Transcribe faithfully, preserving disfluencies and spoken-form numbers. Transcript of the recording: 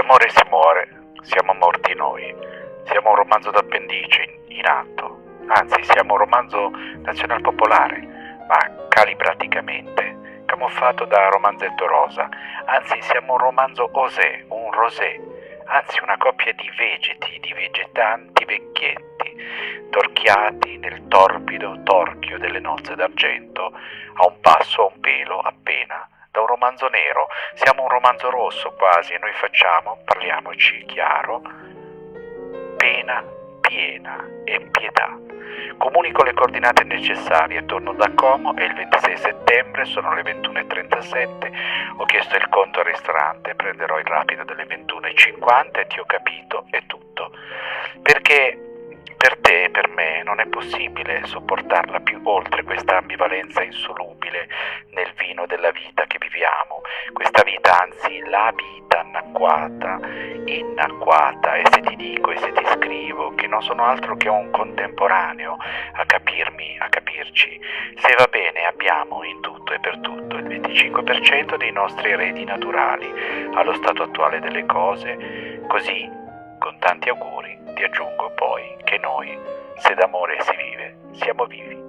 d'amore si muore, siamo morti noi. Siamo un romanzo d'appendice in, in atto, anzi siamo un romanzo nazionalpopolare, ma calibraticamente camuffato da romanzetto rosa. Anzi siamo un romanzo osè, un rosé, anzi una coppia di vegeti, di vegetanti vecchietti, torchiati nel torpido torchio delle nozze d'argento, a un passo, a un pelo, appena, da un romanzo nero. Siamo un romanzo rosso quasi, e noi facciamo, parliamoci chiaro, pena piena e pietà. Comunico le coordinate necessarie, torno da Como, è il ventisei settembre, sono le ventuno e trentasette, ho chiesto il conto al ristorante, prenderò il rapido delle ventuno e cinquanta e ti ho capito, è tutto. Perché per te e per me non è possibile sopportarla più oltre questa ambivalenza insolubile nel vino della vita che viviamo, questa vita, anzi la vita annacquata, innacquata, e se ti dico e se ti scrivo che non sono altro che un contemporaneo a capirmi, a capirci, se va bene abbiamo in tutto e per tutto il venticinque per cento dei nostri eredi naturali allo stato attuale delle cose, così con tanti auguri ti aggiungo poi che noi, se d'amore si vive, siamo vivi.